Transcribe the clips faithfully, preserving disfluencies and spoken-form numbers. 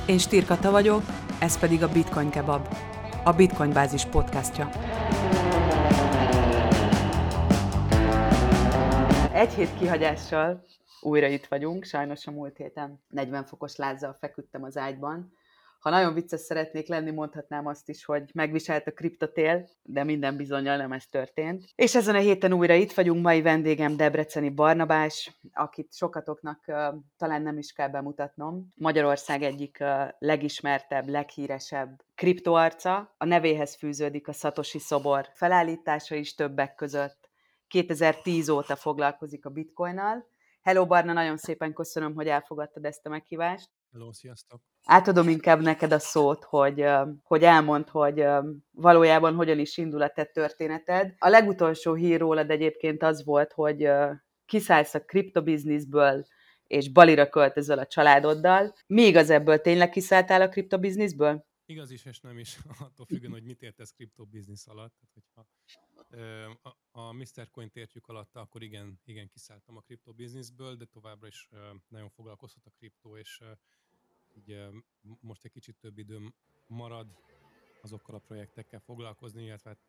Én Stír Kata vagyok, ez pedig a Bitcoin Kebab, a Bitcoin Bázis podcastja. Egy hét kihagyással újra itt vagyunk, sajnos a múlt héten negyven fokos lázzal feküdtem az ágyban. Ha nagyon vicces szeretnék lenni, mondhatnám azt is, hogy megviselt a kriptotél, de minden bizonnyal nem ez történt. És ezen a héten újra itt vagyunk, mai vendégem Debreceni Barnabás, akit sokatoknak uh, talán nem is kell bemutatnom. Magyarország egyik uh, legismertebb, leghíresebb kriptoarca. A nevéhez fűződik a Satoshi szobor felállítása is többek között. kétezer-tíz óta foglalkozik a bitcoinnal. Hello Barna, nagyon szépen köszönöm, hogy elfogadtad ezt a meghívást. Hello, sziasztok! Átadom inkább neked a szót, hogy, hogy elmondd, hogy valójában hogyan is indul a te történeted. A legutolsó hír rólad egyébként az volt, hogy kiszállsz a kriptobizniszből, és Balira költözöl a családoddal. Mi igaz ebből? Tényleg kiszálltál a kriptobizniszből? Igaz is, és nem is, attól függően, hogy mit értesz kriptobiznisz alatt. Tehát, hogyha a, a miszter Coint értjük alatta, akkor igen, igen, kiszálltam a kriptobizniszből, de továbbra is nagyon foglalkoztat a kriptó, és így most egy kicsit több időm marad azokkal a projektekkel foglalkozni, illetve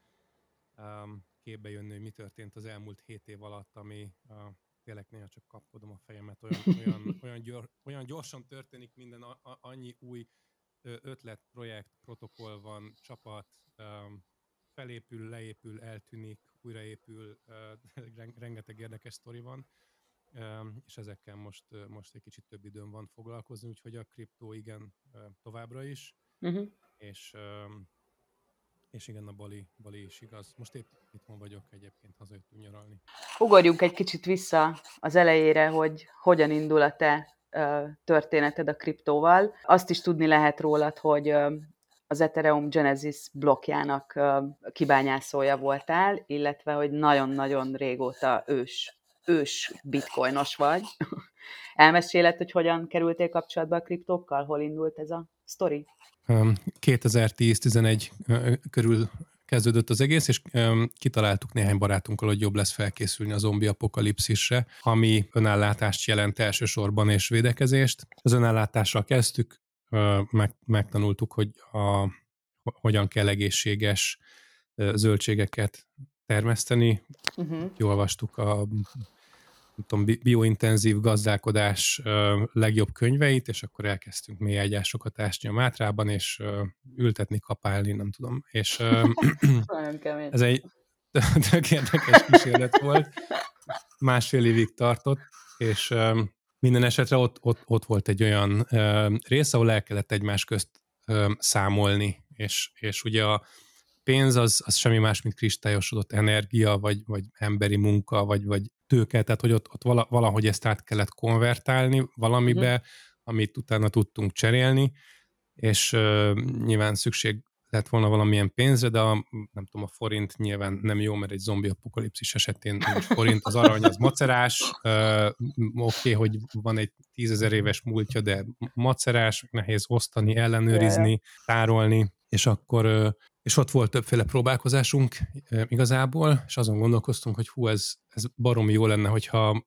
képbe jönni, hogy mi történt az elmúlt hét év alatt, ami tényleg néha csak kapkodom a fejemet, olyan, olyan, olyan, gyor, olyan gyorsan történik minden, a, a, annyi új ötlet, projekt, protokoll van, csapat, felépül, leépül, eltűnik, újraépül, rengeteg érdekes sztori van, és ezekkel most, most egy kicsit több időm van foglalkozni, úgyhogy a kriptó igen továbbra is, uh-huh. és, és igen, a Bali, Bali is igaz. Most épp itthon vagyok, egyébként hazajöttünk nyaralni. Ugorjunk egy kicsit vissza az elejére, hogy hogyan indul a te történeted a kriptóval. Azt is tudni lehet rólad, hogy az Ethereum Genesis blokkjának kibányászója voltál, illetve hogy nagyon-nagyon régóta ős, ős bitcoinos vagy. Elmeséled, hogy hogyan kerültél kapcsolatba a kriptókkal? Hol indult ez a sztori? kétezer-tíz-tizenegy körül kezdődött az egész, és kitaláltuk néhány barátunkkal, hogy jobb lesz felkészülni a zombi apokalipszisre, ami önellátást jelent elsősorban és védekezést. Az önellátással kezdtük, meg, megtanultuk, hogy a, hogyan kell egészséges zöldségeket termeszteni. Uh-huh. Olvastuk a nem tudom, biointenzív gazdálkodás legjobb könyveit, és akkor elkezdtünk mély ágyásokat ásni a Mátrában, és ültetni, kapálni, nem tudom. És ez egy tök érdekes kísérlet volt. Másfél évig tartott, és minden esetre ott, ott, ott volt egy olyan rész, ahol el kellett egymás közt számolni, és, és ugye a pénz az, az semmi más, mint kristályosodott energia, vagy, vagy emberi munka, vagy, vagy tőke, tehát hogy ott, ott valahogy ezt át kellett konvertálni valamibe, uh-huh. amit utána tudtunk cserélni, és uh, nyilván szükség lett volna valamilyen pénzre, de a, nem tudom, a forint nyilván nem jó, mert egy zombi apokalipszis esetén nincs forint, az arany az macerás, uh, oké, okay, hogy van egy tízezer éves múltja, de macerás, nehéz osztani, ellenőrizni, tárolni, és akkor uh, és ott volt többféle próbálkozásunk e, igazából, és azon gondolkoztunk, hogy hú, ez, ez baromi jó lenne, hogyha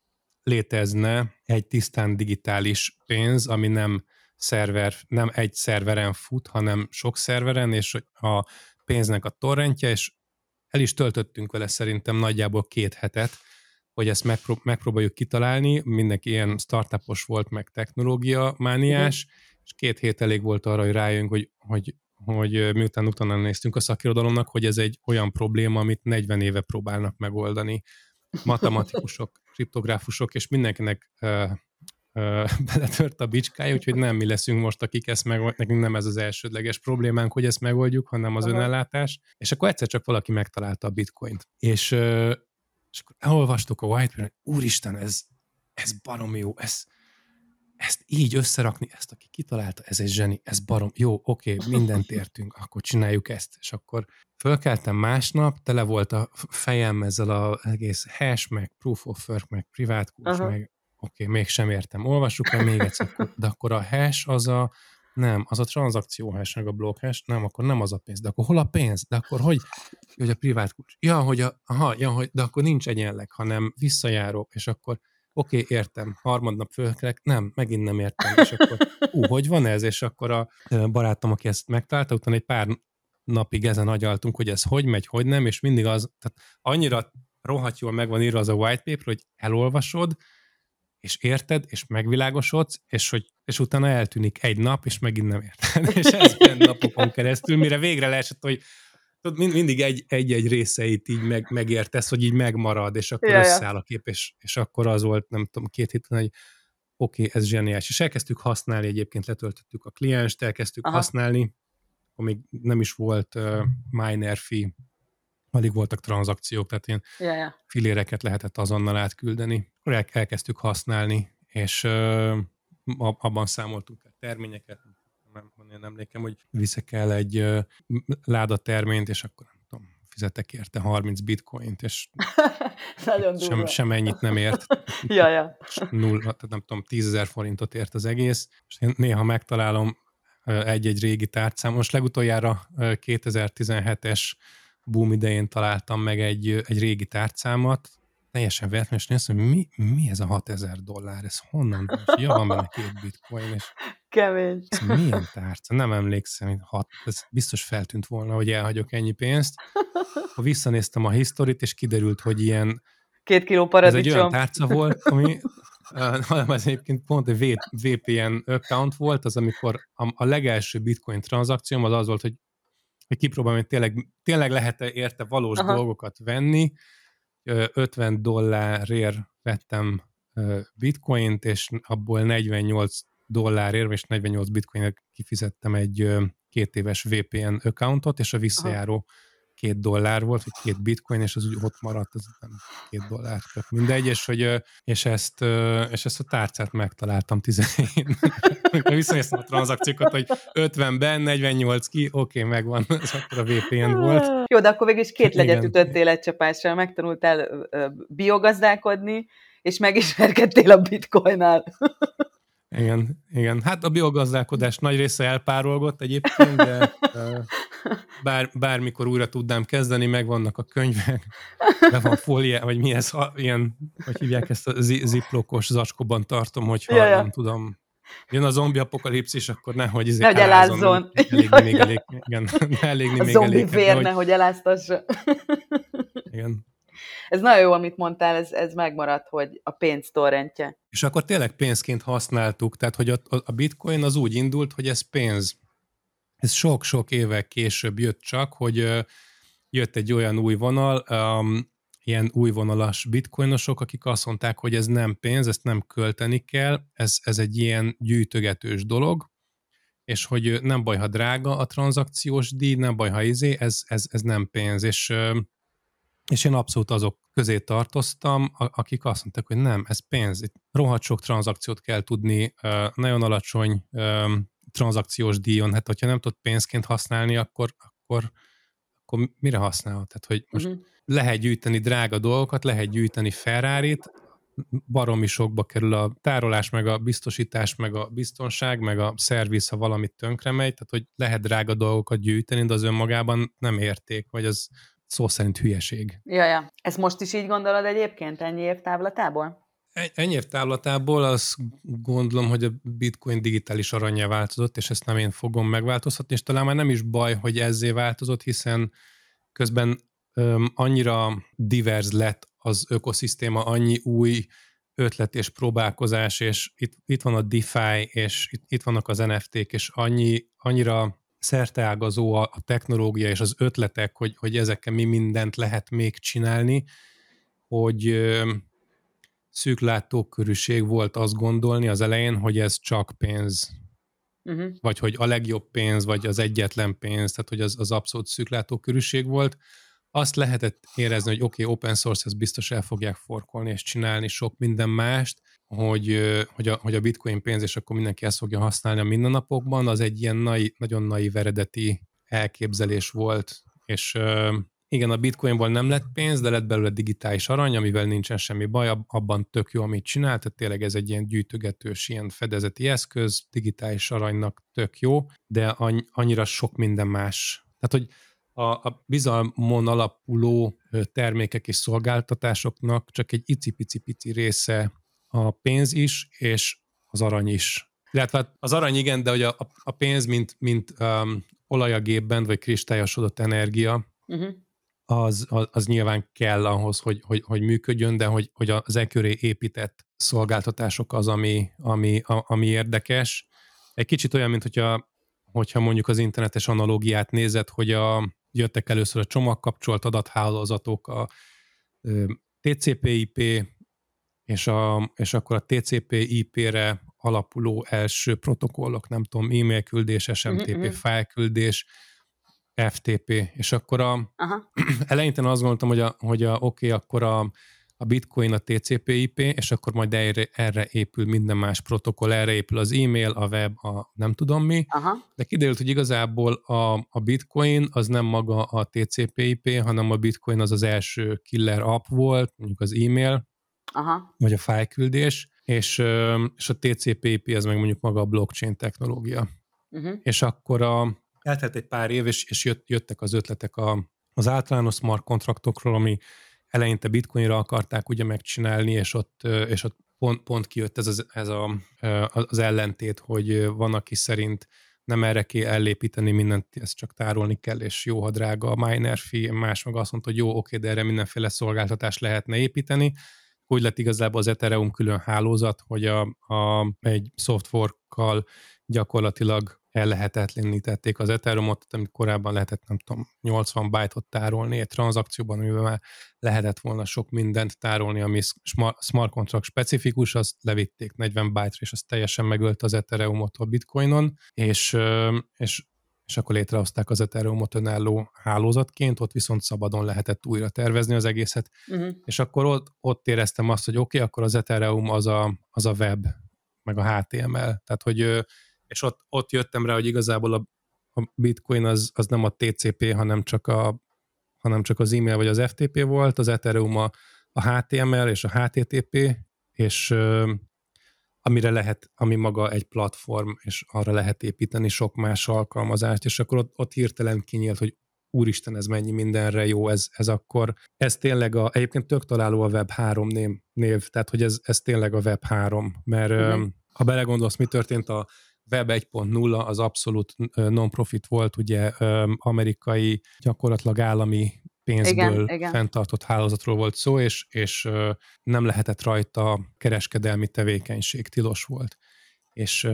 létezne egy tisztán digitális pénz, ami nem szerver, nem egy szerveren fut, hanem sok szerveren, és a pénznek a torrentje, és el is töltöttünk vele szerintem nagyjából két hetet, hogy ezt megpró- megpróbáljuk kitalálni. Mindenki ilyen startupos volt, meg technológia mániás, uh-huh. és két hét elég volt arra, hogy rájönk, hogy, hogy hogy miután utána néztünk a szakirodalomnak, hogy ez egy olyan probléma, amit negyven éve próbálnak megoldani. Matematikusok, kriptográfusok, és mindenkinek uh, uh, beletört a bicskája, úgyhogy nem mi leszünk most, akik ezt megoldjuk, nekünk nem ez az elsődleges problémánk, hogy ezt megoldjuk, hanem az Aha. önellátás. És akkor egyszer csak valaki megtalálta a bitcoint. És, uh, és akkor elolvastuk a white paper, hogy úristen, ez, ez baromi jó, ez ezt így összerakni, ezt aki kitalálta, ez egy zseni, ez barom, jó, oké, mindent értünk, akkor csináljuk ezt. És akkor fölkeltem másnap, tele volt a fejem ezzel az egész hash, meg proof of work, meg privát kulcs, uh-huh. meg oké, mégsem értem. Olvassuk el még egyszer, de akkor a hash az a, nem, az a tranzakció hash, meg a block hash, nem, akkor nem az a pénz, de akkor hol a pénz? De akkor hogy, hogy a privát kulcs? Ja, hogy a, aha, ja, hogy, de akkor nincs egyenleg, hanem visszajáró, és akkor oké, értem, harmadnap fölkelek, nem, megint nem értem, és akkor ú, hogy van ez? És akkor a barátom, aki ezt megtalálta, utána egy pár napig ezen agyaltunk, hogy ez hogy megy, hogy nem, és mindig az, tehát annyira rohadt jól meg van írva az a white paper, hogy elolvasod, és érted, és megvilágosodsz, és, hogy, és utána eltűnik egy nap, és megint nem érted. És ez ilyen napokon keresztül, mire végre leesett, hogy tudod, mind, mindig egy, egy-egy részeit így meg, megértesz, hogy így megmarad, és akkor ja, összeáll ja. a kép, és, és akkor az volt, nem tudom, két héten, hogy oké, okay, ez zseniális. És elkezdtük használni, egyébként letöltöttük a klienst, elkezdtük Aha. használni, akkor még nem is volt uh, miner fee, alig voltak tranzakciók, tehát ilyen ja, ja. filéreket lehetett azonnal átküldeni. Akkor el, elkezdtük használni, és uh, abban számoltunk el terményeket, nem van ilyen emlékem, hogy viszek el egy uh, láda terményt, és akkor nem tudom, fizetek érte harminc bitcoint, és sem, sem ennyit nem ért. ja, ja. Nulla, tehát nem tudom, tízezer forintot ért az egész, és én néha megtalálom egy-egy régi tárcám. Most legutoljára kétezer-tizenhetes boom idején találtam meg egy, egy régi tárcámat, teljesen véletlenül, és néztem, hogy mi, mi ez a hatezer dollár, ez honnan van? És ja, van benne két bitcoin, és kemény. Ez milyen tárca? Nem emlékszem, hogy hat, ez biztos feltűnt volna, hogy elhagyok ennyi pénzt. Ha visszanéztem a historit, és kiderült, hogy ilyen két kiló paradicsom. Ez egy olyan tárca volt, ami hanem ez egyébként pont egy vé pé en account volt, az amikor a, a legelső bitcoin tranzakcióm az az volt, hogy, hogy kipróbálom, hogy tényleg, tényleg lehet-e érte valós Aha. dolgokat venni. ötven dollárért vettem bitcoint, és abból negyvennyolc dollárért, és negyvennyolc bitcoinért kifizettem egy két éves vé pé en accountot, és a visszajáró Aha. két dollár volt, vagy két bitcoin, és az úgy ott maradt, az nem két dollár, tök mindegy, és, hogy, és, ezt, és ezt a tárcát megtaláltam tizenhét. Visszanéztem a tranzakciókat, hogy ötvenben, negyvennyolc ki, oké, okay, megvan, ez akkor a vé pé en volt. Jó, de akkor végül is két legyet ütöttél egy csapással, megtanultál biogazdálkodni, és megismerkedtél a bitcoinnál. Igen, igen. Hát a biogazdálkodás nagy része elpárolgott egyébként, de bár, bármikor újra tudnám kezdeni, meg vannak a könyvek, be van fólia, vagy mi ez, ilyen, hogy hívják ezt a ziplokos zacskóban tartom, hogyha ja, ja. nem tudom, jön a zombi apokalipszis, akkor nehogy izé nehogy elázzon. Elégni még elég, igen, elégni a még zombi elég. vér, nehogy eláztassa. Igen. Ez nagyon jó, amit mondtál, ez, ez megmaradt, hogy a pénz torrentje. És akkor tényleg pénzként használtuk, tehát hogy a, a bitcoin az úgy indult, hogy ez pénz. Ez sok-sok évek később jött csak, hogy uh, jött egy olyan új vonal, um, ilyen új vonalas bitcoinosok, akik azt mondták, hogy ez nem pénz, ezt nem költeni kell, ez, ez egy ilyen gyűjtögetős dolog, és hogy nem baj, ha drága a tranzakciós díj, nem baj, ha izé, ez, ez, ez nem pénz, és uh, és én abszolút azok közé tartoztam, akik azt mondták, hogy nem, ez pénz. Itt rohadt sok tranzakciót kell tudni, nagyon alacsony tranzakciós díjon. Hát, hogyha nem tudod pénzként használni, akkor, akkor, akkor mire használod? Tehát, hogy most uh-huh. lehet gyűjteni drága dolgokat, lehet gyűjteni Ferrarit, baromi sokba kerül a tárolás, meg a biztosítás, meg a biztonság, meg a szerviz, ha valamit tönkre megy, tehát, hogy lehet drága dolgokat gyűjteni, de az önmagában nem érték, vagy az szó szerint hülyeség. Ja, ja. Ezt most is így gondolod egyébként ennyi év távlatából? Ennyi év távlatából azt gondolom, hogy a bitcoin digitális aranyjá változott, és ezt nem én fogom megváltoztatni, és talán már nem is baj, hogy ezzé változott, hiszen közben öm, annyira divers lett az ökoszisztéma, annyi új ötlet és próbálkozás, és itt, itt van a DeFi, és itt, itt vannak az en ef té-k, és annyi, annyira szerteágazó a, a technológia és az ötletek, hogy, hogy ezekkel mi mindent lehet még csinálni, hogy ö, szűk látókörűség volt azt gondolni az elején, hogy ez csak pénz. Uh-huh. Vagy hogy a legjobb pénz, vagy az egyetlen pénz, tehát hogy az, az abszolút szűk látókörűség volt. Azt lehetett érezni, hogy oké, okay, open source, ezt biztos el fogják forkolni és csinálni sok minden mást, hogy, hogy, a, hogy a bitcoin pénz, és akkor mindenki ezt fogja használni a mindennapokban, az egy ilyen nai, nagyon naív eredeti elképzelés volt, és igen, a bitcoinból nem lett pénz, de lett belőle digitális arany, amivel nincsen semmi baj, abban tök jó, amit csinál, tehát tényleg ez egy ilyen gyűjtögetős, ilyen fedezeti eszköz, digitális aranynak tök jó, de annyira sok minden más. Tehát, hogy a, a bizalmon alapuló termékek és szolgáltatásoknak csak egy icipici-pici része a pénz is, és az arany is. Illetve az arany igen, de hogy a, a pénz, mint, mint um, olaj a gépben, vagy kristályosodott energia, uh-huh. az, az, az nyilván kell ahhoz, hogy, hogy, hogy működjön, de hogy, hogy az e köré épített szolgáltatások az, ami, ami, a, ami érdekes. Egy kicsit olyan, mint hogyha, hogyha mondjuk az internetes analógiát nézed, hogy a, jöttek először a csomagkapcsolt adathálózatok, a té cé pé i pé, és, a, és akkor a té cé pé i pére alapuló első protokollok, nem tudom, e-mail küldés, es em té pé, uh-huh. fájlküldés, ef té pé, és akkor a, eleinte azt gondoltam, hogy, a, hogy a, oké, okay, akkor a, a Bitcoin a té cé pé i pé, és akkor majd erre, erre épül minden más protokoll, erre épül az e-mail, a web, a nem tudom mi, aha. De kiderült, hogy igazából a, a Bitcoin az nem maga a té cé pé i pé, hanem a Bitcoin az az első killer app volt, mondjuk az e-mail, aha. vagy a fájlküldés, és, és a té cé pé i pé az meg mondjuk maga a blockchain technológia. Uh-huh. És akkor a, eltelt egy pár év, és, és jött, jöttek az ötletek a, az általános smart kontraktokról, ami eleinte Bitcoinra akarták ugye megcsinálni, és ott, és ott pont, pont kijött ez, az, ez a, az ellentét, hogy van, aki szerint nem erre kell ellépíteni mindent, ezt csak tárolni kell, és jó, ha drága a miner fee, más meg azt mondta, hogy jó, oké, de erre mindenféle szolgáltatást lehetne építeni. Úgy lett igazából az Ethereum külön hálózat, hogy a, a, egy softforkkal gyakorlatilag ellehetetlenítették az Ethereumot, amit korábban lehetett, nem tudom, nyolcvan byte-ot tárolni egy tranzakcióban, amiben már lehetett volna sok mindent tárolni, ami smart contract specifikus, azt levitték negyven byte-ra, és az teljesen megölte az Ethereumot a Bitcoinon, és, és, és akkor létrehozták az Ethereumot önálló hálózatként, ott viszont szabadon lehetett újra tervezni az egészet, uh-huh. és akkor ott, ott éreztem azt, hogy oké, okay, akkor az Ethereum az a, az a web, meg a há té em el, tehát hogy és ott, ott jöttem rá, hogy igazából a, a Bitcoin az, az nem a té cé pé, hanem csak, a, hanem csak az e-mail vagy az ef té pé volt, az Ethereum a, a há té em el és a há té té pé, és uh, amire lehet, ami maga egy platform, és arra lehet építeni sok más alkalmazást, és akkor ott, ott hirtelen kinyílt, hogy úristen, ez mennyi mindenre jó, ez, ez akkor, ez tényleg a, egyébként tök találó a web három név, név tehát hogy ez, ez tényleg a web három, mert uh-huh. um, ha belegondolsz, mi történt a Web egy pont nulla az abszolút non-profit volt, ugye amerikai, gyakorlatilag állami pénzből igen, igen. fenntartott hálózatról volt szó, és, és nem lehetett rajta kereskedelmi tevékenység, tilos volt. És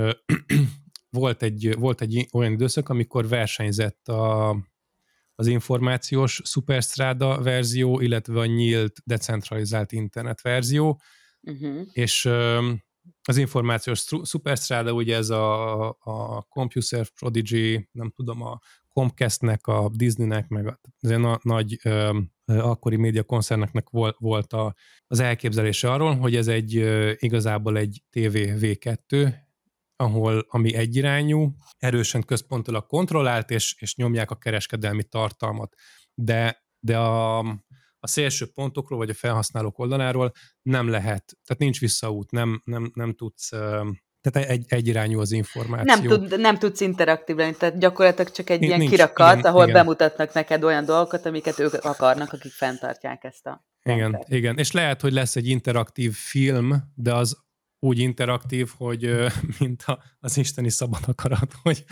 volt egy, volt egy olyan időszak, amikor versenyzett a, az információs szuperstráda verzió, illetve a nyílt, decentralizált internet verzió, uh-huh. és az információs szuperstráda, ugye ez a, a CompuServe, Prodigy, nem tudom, a Comcastnek, a Disneynek, meg a, az a nagy ö, akkori médiakoncerneknek volt, volt a, az elképzelése arról, hogy ez egy ö, igazából egy té vé vé kettő, ahol, ami egyirányú, erősen központilag kontrollált, és, és nyomják a kereskedelmi tartalmat. De, de a a szélső pontokról, vagy a felhasználók oldaláról nem lehet, tehát nincs visszaút, nem, nem, nem tudsz, tehát egy, egyirányú az információ. Nem, tud, nem tudsz interaktív lenni, tehát gyakorlatilag csak egy ilyen nincs, kirakat, igen, ahol igen. bemutatnak neked olyan dolgokat, amiket ők akarnak, akik fenntartják ezt a igen, rendszert. Igen, és lehet, hogy lesz egy interaktív film, de az úgy interaktív, hogy mint a, az isteni szabad akarat, hogy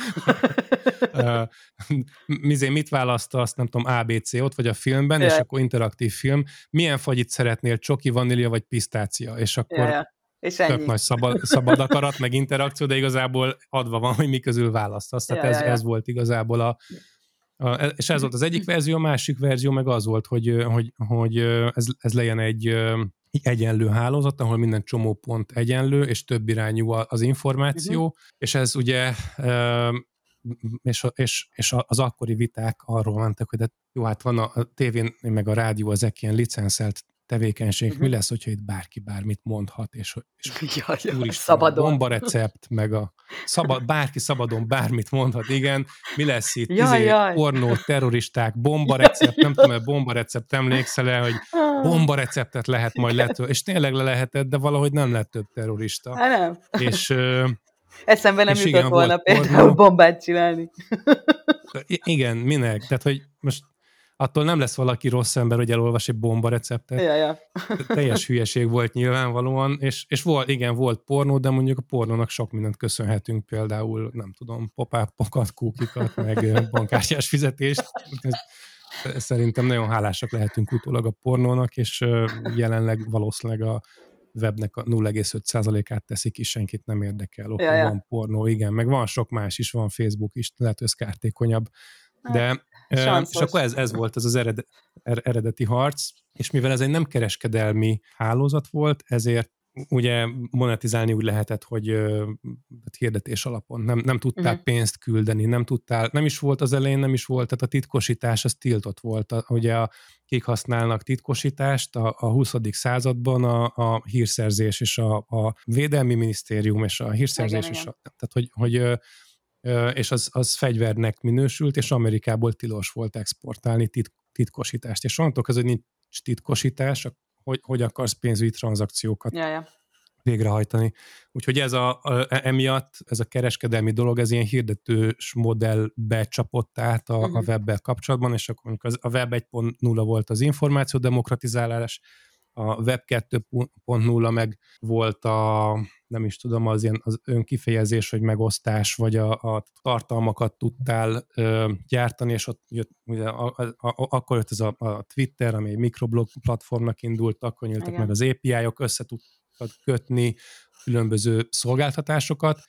mizé mit választasz, nem tudom, á bé cé ott vagy a filmben, Jaj. És akkor interaktív film. Milyen fagyit szeretnél, csoki, vanília vagy pisztácia? És akkor Jaj. És tök nagy szabad, szabad akarat, meg interakció, de igazából adva van, hogy mi közül választasz. Tehát ez, ez volt igazából a, a... És ez volt az egyik verzió, a másik verzió meg az volt, hogy, hogy, hogy ez, ez legyen egy egyenlő hálózat, ahol minden csomópont egyenlő, és több irányú az információ, uh-huh. és ez ugye és, és, és az akkori viták arról mentek, hogy de jó, hát van a tévén, meg a rádió, ezek ilyen licenszelt tevékenység, uh-huh. mi lesz, hogyha itt bárki bármit mondhat, és, és jaj, jaj, úristen, a bombarecept, meg a szabad, bárki szabadon bármit mondhat, igen, mi lesz itt, jaj, izé, jaj. pornó, terroristák, bombarecept, nem tudom, hogy bombarecept emlékszel-e, hogy bombareceptet lehet majd letölteni, és tényleg le lehetett, de valahogy nem lett több terrorista. Há, nem. És eszembe nem jutott volna például bombát csinálni. Igen, minek? Tehát, hogy most attól nem lesz valaki rossz ember, hogy elolvas egy bomba receptet. Ja, ja. Teljes hülyeség volt nyilvánvalóan, és, és volt, igen, volt pornó, de mondjuk a pornónak sok mindent köszönhetünk, például, nem tudom, popápokat, kúkikat, meg bankkártyás fizetést. Szerintem nagyon hálásak lehetünk utólag a pornónak, és jelenleg valószínűleg a webnek a nulla egész öt százalékát teszik is, senkit nem érdekel. Oké, Ja, ja. van pornó, igen, meg van sok más is, van Facebook is, lehet, hogy ez kártékonyabb. De, Sanszos. és akkor ez, ez volt ez az eredet, eredeti harc, és mivel ez egy nem kereskedelmi hálózat volt, ezért ugye monetizálni úgy lehetett, hogy uh, hirdetés alapon. Nem, nem tudtál uh-huh. pénzt küldeni, nem tudtál, nem is volt az elején, nem is volt, tehát a titkosítás az tiltott volt. A, ugye a, kik használnak titkosítást a, a huszadik században a, a hírszerzés és a, a Védelmi Minisztérium és a hírszerzés, igen, és igen. a, tehát hogy, hogy uh, és az, az fegyvernek minősült, és Amerikából tilos volt exportálni tit, titkosítást. És onnantól kezdve, hogy nincs titkosítás, hogy, hogy akarsz pénzügyi tranzakciókat ja, ja. végrehajtani. Úgyhogy ez a, a, emiatt, ez a kereskedelmi dolog, ez ilyen hirdetős modellbe csapott át a, uh-huh. a webbel kapcsolatban, és akkor az, a web egy pont nulla volt az információ demokratizálás, a web kettő pont nulla meg volt a, nem is tudom, az ilyen az önkifejezés, vagy megosztás, vagy a, a tartalmakat tudtál ö, gyártani, és ott jött, ugye, a, a, a, akkor jött ez a, a Twitter, ami egy mikroblog platformnak indult, akkor nyíltak Igen. meg az á pé í-ok, össze tudtad kötni különböző szolgáltatásokat,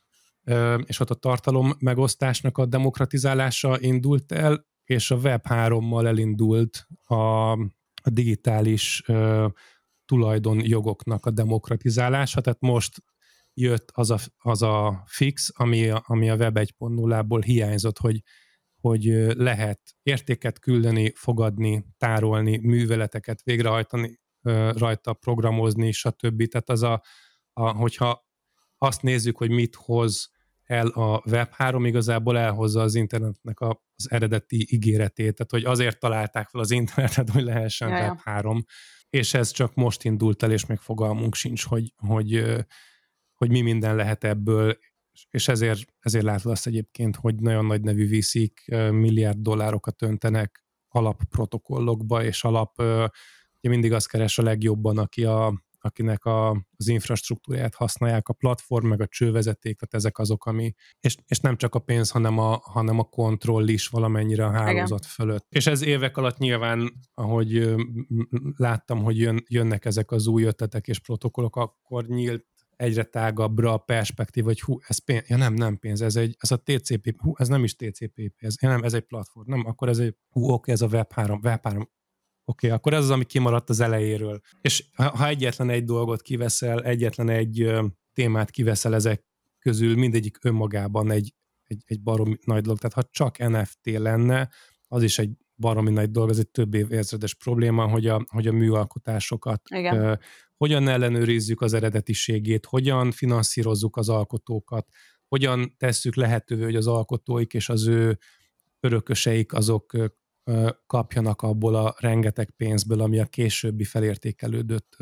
ö, és ott a tartalom megosztásnak a demokratizálása indult el, és a web hárommal elindult a a digitális uh, tulajdonjogoknak a demokratizálása, tehát most jött az a, az a fix, ami a, ami a web egy pont nullából hiányzott, hogy, hogy lehet értéket küldeni, fogadni, tárolni, műveleteket végrehajtani, uh, rajta programozni, stb. Tehát az a, a, hogyha azt nézzük, hogy mit hoz el a web három, igazából elhozza az internetnek a, az eredeti ígéretét, tehát hogy azért találták fel az internetet, hogy lehessen Jaja. web három, és ez csak most indult el, és még fogalmunk sincs, hogy, hogy, hogy mi minden lehet ebből, és ezért, ezért látod azt egyébként, hogy nagyon nagy nevű vé cék milliárd dollárokat öntenek alapprotokollokba, és alap, ugye mindig azt keres a legjobban, aki a akinek a, az infrastruktúráját használják, a platform, meg a csővezeték, tehát ezek azok, ami, és, és nem csak a pénz, hanem a, hanem a kontroll is valamennyire a hálózat Igen. fölött. És ez évek alatt nyilván, ahogy láttam, hogy jön, jönnek ezek az új ötletek és protokollok, akkor nyílt egyre tágabbra a perspektív, hogy hú, ez pénz, ja nem, nem pénz, ez, egy, ez a té cé pé, hú, ez nem is té cé pé, ez, ja nem, ez egy platform, nem, akkor ez egy, hú, oké, ez a web három, web három, Oké, okay, akkor ez az, ami kimaradt az elejéről. És ha, ha egyetlen egy dolgot kiveszel, egyetlen egy ö, témát kiveszel ezek közül, mindegyik önmagában egy, egy, egy baromi nagy dolog. Tehát ha csak en ef té lenne, az is egy baromi nagy dolog, ez egy több évezredes probléma, hogy a, hogy a műalkotásokat ö, hogyan ellenőrizzük az eredetiségét, hogyan finanszírozzuk az alkotókat, hogyan tesszük lehetővé, hogy az alkotóik és az ő örököseik azok kapjanak abból a rengeteg pénzből, ami a későbbi felértékelődött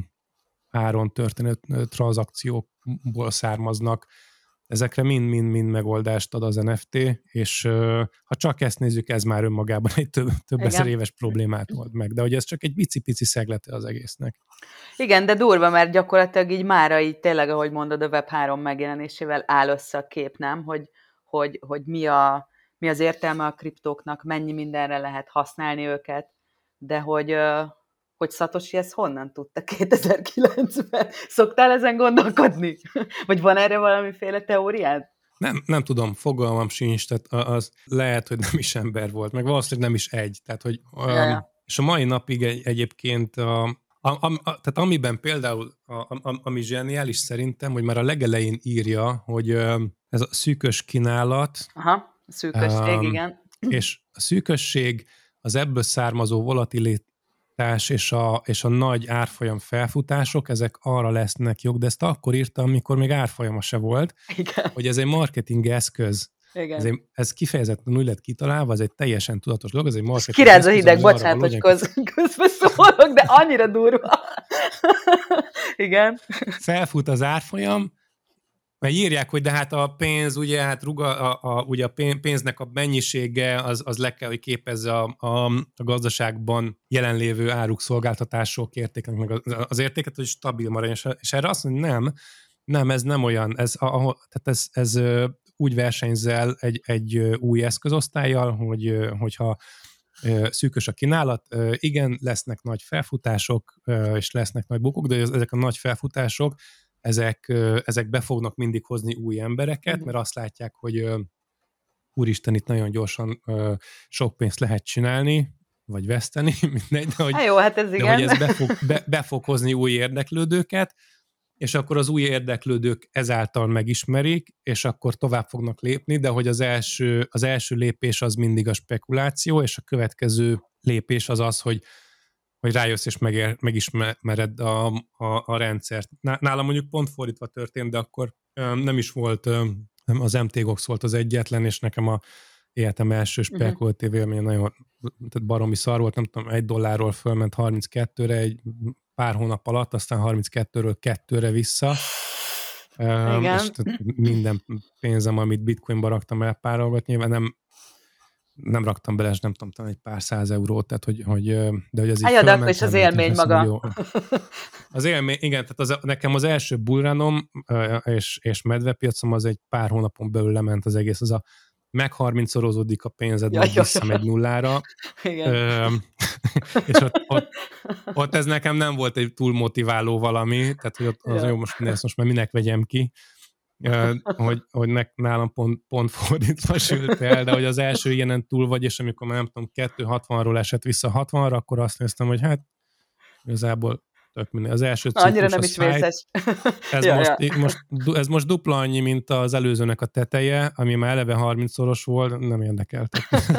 áron történő tranzakciókból származnak. Ezekre mind-mind-mind megoldást ad az en ef té, és ha csak ezt nézzük, ez már önmagában egy több, több ezer éves problémát old meg, de hogy ez csak egy pici-pici szeglete az egésznek. Igen, de durva, mert gyakorlatilag így mára így tényleg, ahogy mondod, a web három megjelenésével áll össze a kép, nem? Hogy, hogy, hogy mi a mi az értelme a kriptóknak, mennyi mindenre lehet használni őket, de hogy, hogy Satoshi ezt honnan tudta kétezer-kilencben? Szoktál ezen gondolkodni? Vagy van erre valamiféle teóriád? Nem, nem tudom, fogalmam sincs, tehát az lehet, hogy nem is ember volt, meg valószínűleg nem is egy. Tehát, hogy, um, és a mai napig egy, egyébként, a, a, a, a, tehát amiben például, a, a, ami zseniális szerintem, hogy már a legelején írja, hogy um, ez a szűkös kínálat, Aha. A szűkösség, um, igen. És a szűkösség, az ebből származó volatilitás és a, és a nagy árfolyam felfutások, ezek arra lesznek jók, de ezt akkor írtam, amikor még árfolyama se volt, igen. Hogy ez egy marketing eszköz. Igen. Ez, egy, ez kifejezetten úgy lett kitalálva, ez egy teljesen tudatos dolog, ez egy marketing Kiráz a hideg, bocsánat, hogy köz, közbeszólok, de annyira durva. Igen. Felfut az árfolyam, mert írják, hogy de hát a pénz, ugye, hát ruga, a, a, ugye a pénznek a mennyisége az, az le kell, hogy képezze a, a, a gazdaságban jelenlévő áruk, szolgáltatások értéknek meg az, az értéket, hogy stabil maradjon. És erre azt mondja, nem, nem, ez nem olyan. Ez, a, tehát ez, ez úgy versenyzel egy, egy új eszközosztállyal, hogy, hogyha szűkös a kínálat, igen, lesznek nagy felfutások, és lesznek nagy bukók, de ezek a nagy felfutások, ezek, ezek be fognak mindig hozni új embereket, uh-huh. mert azt látják, hogy úristen, itt nagyon gyorsan sok pénzt lehet csinálni, vagy veszteni, mindegy, de hogy, Há, jó, hát ez, de hogy ez be fog, be, be fog hozni új érdeklődőket, és akkor az új érdeklődők ezáltal megismerik, és akkor tovább fognak lépni, de hogy az első, az első lépés az mindig a spekuláció, és a következő lépés az az, hogy, hogy rájössz és megér, megismered a, a, a rendszert. Nálam mondjuk pont fordítva történt, de akkor nem is volt, az em té Gox volt az egyetlen, és nekem a életem első spekulatív élmény nagyon tehát baromi szar volt, nem tudom, egy dollárról fölment harminckettőre egy pár hónap alatt, aztán harminckettőről kettőre vissza. Igen. És minden pénzem, amit bitcoinba raktam elpárolgat, nyilván nem, nem raktam bele, és nem tudom, talán egy pár száz eurót, tehát hogy, hogy de hogy ez így fölment. Ajad, akkor is az élmény maga. Jó. Az élmény, igen, tehát az, nekem az első bullrunom és, és medvepiacom az egy pár hónapon belül lement az egész, az a meg harmincszorozódik a pénzed, ja, majd visszamegy nullára. Igen. Ö, és ott, ott, ott ez nekem nem volt egy túl motiváló valami, tehát hogy ott az ja. Jó, most, ezt most már minek vegyem ki, ö, hogy, hogy ne, nálam pont, pont fordítva sült el, de hogy az első ilyenen túl vagy, és amikor már nem tudom, kettő hatvanról esett vissza hatvanra, akkor azt néztem, hogy hát igazából tök minden. Az első ciklus annyira nem is vészes. Ez, ja, most, ja. Most, ez most dupla annyi, mint az előzőnek a teteje, ami már eleve harmincszoros volt, nem érdekelt.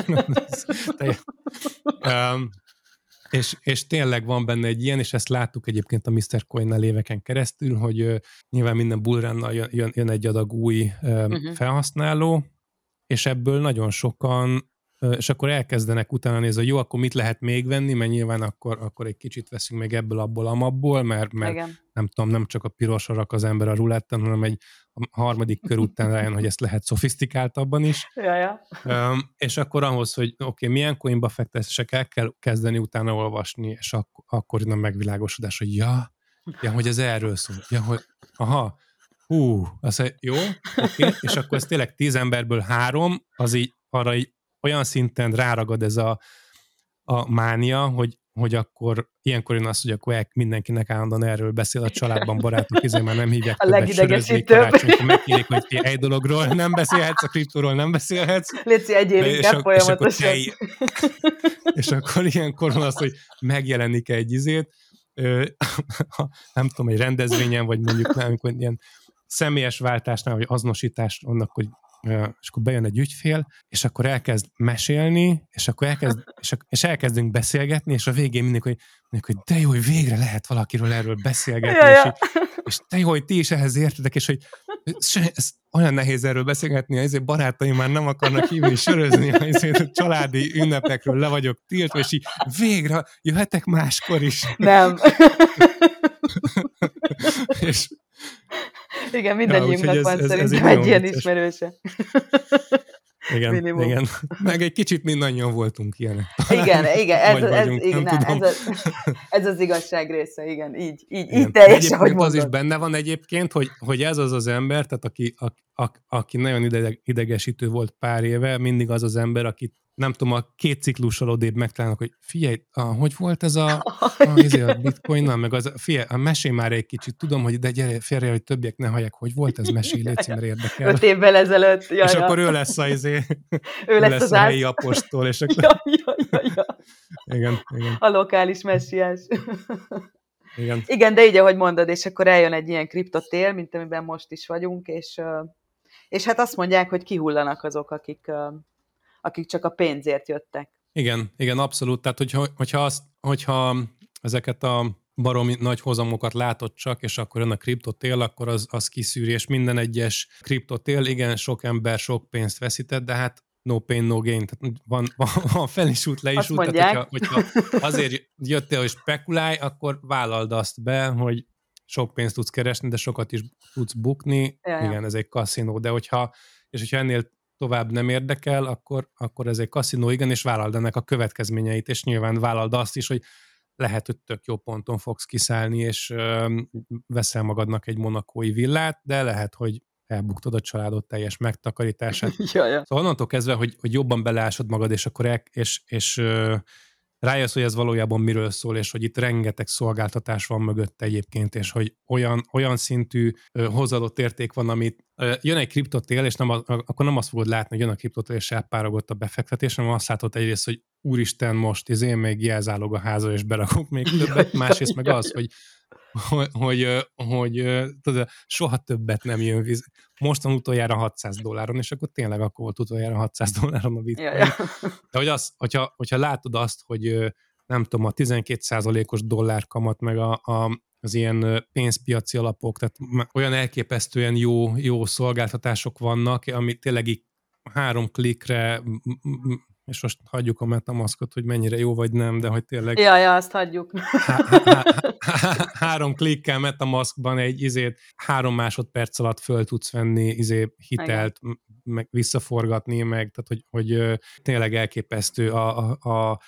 um, és, és tényleg van benne egy ilyen, és ezt láttuk egyébként a miszter Coin-nál éveken keresztül, hogy uh, nyilván minden bullrunnal jön, jön, jön egy adag új um, uh-huh. felhasználó, és ebből nagyon sokan és akkor elkezdenek utána nézni, hogy jó, akkor mit lehet még venni, mert nyilván akkor, akkor egy kicsit veszünk meg ebből, abból, amabból, mert, mert nem tudom, nem csak a pirosra rak az ember a ruletten, hanem egy a harmadik kör után rájön, hogy ezt lehet szofisztikáltabban is. Ja, ja. Um, és akkor ahhoz, hogy oké, okay, milyen coinba fektessek, el kell kezdeni utána olvasni, és ak- akkor jön a megvilágosodás, hogy ja, ja, hogy ez erről szól. Ja, hogy aha, hú, az jó, oké, okay. És akkor ez tényleg tíz emberből három, az így arra így olyan szinten ráragad ez a, a mánia, hogy, hogy akkor ilyenkor jön az, hogy akkor mindenkinek állandóan erről beszél a családban, barátok, ezért már nem hívják a többet sörözni karácsonykor, megkérjék, hogy ti egy dologról nem beszélhetsz, a kriptóról nem beszélhetsz. Léci, egyél inkább folyamatosan. És, és akkor ilyenkor van az, hogy megjelenik egy izét, nem tudom, egy rendezvényen, vagy mondjuk nem, amikor ilyen személyes váltásnál, vagy azonosítás annak, hogy és akkor bejön egy ügyfél, és akkor elkezd mesélni, és akkor elkezd, és, és elkezdünk beszélgetni, és a végén mindig, hogy, mindig, hogy de jó, hogy végre lehet valakiről erről beszélgetni, ja, ja. És, és de jó, hogy ti is ehhez értetek, és hogy ez olyan nehéz erről beszélgetni, ezért barátaim már nem akarnak hívni, sörözni, ezért a családi ünnepekről le vagyok tiltva, és így végre jöhetek máskor is. Nem. és igen, mindannyiunknak ja, van ez, szerintem ez egy ilyen vicces. Ismerőse. Igen, minimum. Igen. Meg egy kicsit mindannyian voltunk ilyenek. Igen, igen, ez, ez, igen ez, ez, ez az igazság része, igen, így, így, így teljesen, hogy mondod. Az is benne van egyébként, hogy, hogy ez az az ember, tehát aki, a, a, aki nagyon ideg, idegesítő volt pár éve, mindig az az ember, akit nem tudom, a két ciklussal odébb megtalálnak, hogy figyelj, ah, hogy volt ez a, a, a bitcoinnal, meg az, figyelj, a mesélj már egy kicsit, tudom, hogy de gyere, férje, hogy többiek ne hallják, hogy volt ez, mesélj, légy mert érdekel. Öt évvel ezelőtt. Ja, és ja. akkor ő lesz a, izé, ő ő lesz, lesz az a helyi apostol, és akkor... Ja, ja, ja, ja. Igen, igen. A lokális messiás. Igen. Igen, de így, ahogy mondod, és akkor eljön egy ilyen kriptotél, mint amiben most is vagyunk, és, és hát azt mondják, hogy kihullanak azok, akik... akik csak a pénzért jöttek. Igen, igen, abszolút. Tehát, hogyha, hogyha, azt, hogyha ezeket a baromi nagy hozamokat látod csak, és akkor jön a kriptotél, akkor az, az kiszűri, és minden egyes kriptotél, igen, sok ember sok pénzt veszített, de hát no pain, no gain. Tehát van, van, van fel is út, le is út. Tehát, hogyha, hogyha azért jöttél, hogy spekulálj, akkor vállald azt be, hogy sok pénzt tudsz keresni, de sokat is tudsz bukni. Ja, ja. Igen, ez egy kaszinó, de hogyha, és hogyha ennél tovább nem érdekel, akkor, akkor ez egy kaszinó, igen, és vállald ennek a következményeit, és nyilván vállald azt is, hogy lehet, hogy tök jó ponton fogsz kiszállni, és ö, veszel magadnak egy monakói villát, de lehet, hogy elbuktod a családod teljes megtakarítását. Ja, ja. Szóval onnantól kezdve, hogy, hogy jobban beleásod magad, és akkor el, és, és ö, rájössz, hogy ez valójában miről szól, és hogy itt rengeteg szolgáltatás van mögötte egyébként, és hogy olyan, olyan szintű ö, hozzáadott érték van, amit ö, jön egy kriptotél, és nem a, akkor nem azt fogod látni, hogy jön a kriptotél, és elpárogott a befektetés, hanem azt látod egyrészt, hogy úristen, most ez én még jelzálog a háza, és berakok még többet, másrészt meg az, hogy hogy, hogy, hogy tudod, soha többet nem jön víz. Mostan utoljára hatszáz dolláron, és akkor tényleg akkor volt utoljára hatszáz dolláron a bitcoin. Ja, ja. De hogy az, hogyha, hogyha látod azt, hogy nem tudom, a tizenkét százalékos dollár kamat, meg a, a, az ilyen pénzpiaci alapok, tehát olyan elképesztően jó, jó szolgáltatások vannak, ami tényleg így három klikre, és most hagyjuk a MetaMaskot, hogy mennyire jó vagy nem, de hogy tényleg... Ja, ja, azt hagyjuk. Há, há, há, három klikkel MetaMaskban egy izét három másodperc alatt föl tudsz venni izé hitelt, igen, meg visszaforgatni, meg tehát, hogy, hogy tényleg elképesztő a, a, a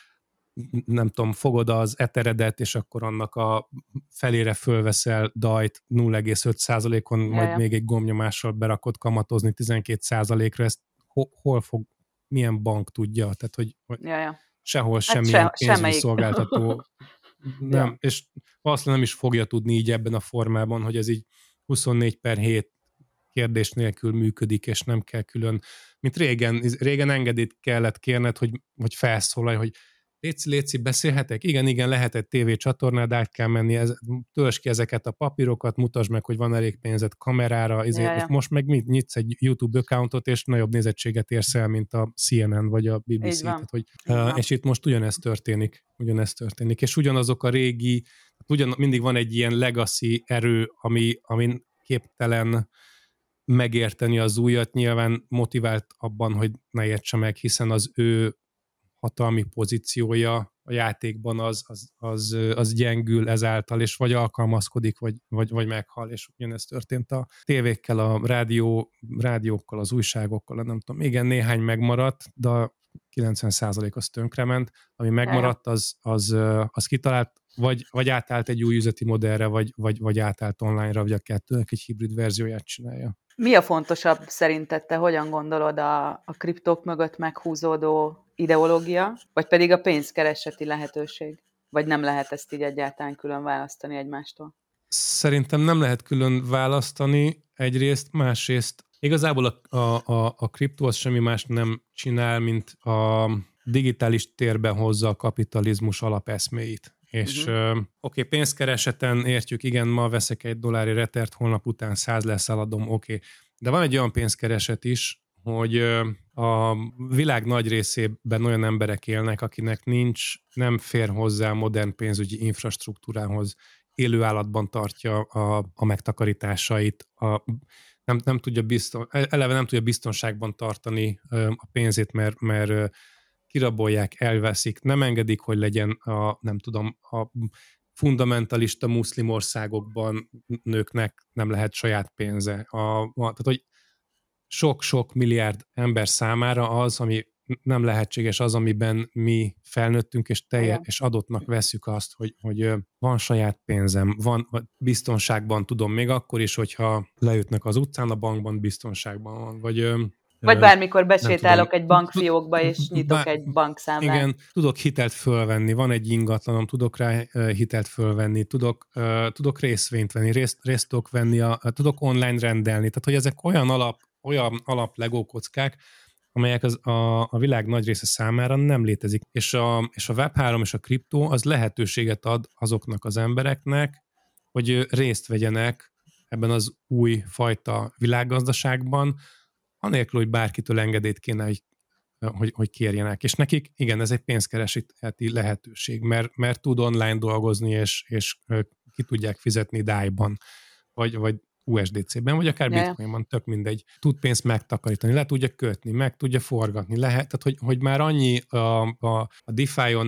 nem tudom, fogod az eteredet, és akkor annak a felére fölveszel dajt nulla egész öt százalékon, ja, majd ja. még egy gombnyomással berakod kamatozni tizenkét százalékra, ezt hol, hol fog, milyen bank tudja, tehát hogy, hogy ja, ja. sehol hát semmilyen se, pénzügyi szolgáltató nem, ja. és valószínűleg nem is fogja tudni így ebben a formában, hogy ez így huszonnégy per hét kérdés nélkül működik, és nem kell külön, mint régen, régen engedélyt kellett kérned, hogy, hogy felszólalj, hogy Léci, Léci, beszélhetek? Igen, igen, lehet egy tévécsatornád, át kell menni, ez, töltsd ki ezeket a papírokat, mutasd meg, hogy van elég pénzed kamerára, ezért, ja, ja. most meg mit nyitsz egy YouTube accountot, és nagyobb nézettséget érsz el, mint a C N N vagy a B B C. Tehát, hogy, uh, és itt most ugyanezt történik, ugyanezt történik, és ugyanazok a régi, ugyan, mindig van egy ilyen legacy erő, ami, ami képtelen megérteni az újat, nyilván motivált abban, hogy ne értse meg, hiszen az ő hatalmi pozíciója a játékban az, az, az, az gyengül ezáltal, és vagy alkalmazkodik, vagy, vagy, vagy meghal, és ugyanezt történt a tévékkel, a rádió, rádiókkal, az újságokkal, nem tudom, igen, néhány megmaradt, de a kilencven százalék az tönkrement, ami megmaradt, az, az, az kitalált, vagy, vagy átállt egy új üzleti modellre, vagy, vagy, vagy átállt online-ra, vagy a kettőnek egy hibrid verzióját csinálja. Mi a fontosabb szerinted, te hogyan gondolod a, a kriptók mögött meghúzódó ideológia, vagy pedig a pénzkereseti lehetőség? Vagy nem lehet ezt így egyáltalán külön választani egymástól? Szerintem nem lehet külön választani egyrészt, másrészt igazából a, a, a, a kriptó az semmi más nem csinál, mint a digitális térben hozza a kapitalizmus alapeszméit. És uh-huh. oké, okay, pénzkereseten értjük, igen, ma veszek egy dollári retert, holnap után száz lesz, eladom, oké. Okay. De van egy olyan pénzkereset is, hogy a világ nagy részében olyan emberek élnek, akinek nincs, nem fér hozzá a modern pénzügyi infrastruktúrához, élő állatban tartja a, a megtakarításait, a, nem, nem tudja bizton, eleve nem tudja biztonságban tartani a pénzét, mert, mert kirabolják, elveszik, nem engedik, hogy legyen a, nem tudom, a fundamentalista muszlim országokban nőknek nem lehet saját pénze. A, a, tehát, hogy sok-sok milliárd ember számára az, ami nem lehetséges, az, amiben mi felnőttünk, és teljes, és adottnak vesszük azt, hogy, hogy van saját pénzem, van biztonságban tudom, még akkor is, hogyha leütnek az utcán, a bankban biztonságban van, vagy Vagy bármikor besétálok egy bankfiókba, és nyitok Bár, egy bankszámlát. Igen, tudok hitelt fölvenni, van egy ingatlanom, tudok rá hitelt fölvenni, tudok, uh, tudok részvényt venni, részt, részt tudok venni, a, uh, tudok online rendelni. Tehát, hogy ezek olyan alap, olyan alap legókockák, amelyek az, a, a világ nagy része számára nem létezik. És a, és a web három és a kriptó az lehetőséget ad azoknak az embereknek, hogy részt vegyenek ebben az új fajta világgazdaságban, anélkül, hogy bárkitől engedélyt kéne, hogy, hogy, hogy kérjenek. És nekik, igen, ez egy pénzkereseti lehetőség, mert, mert tud online dolgozni, és, és ki tudják fizetni dájban, vagy, vagy U S D C-ben, vagy akár yeah. bitcoinban, tök mindegy. Tud pénzt megtakarítani, le tudja kötni, meg tudja forgatni, lehet, tehát hogy, hogy már annyi a, a, a DeFi-on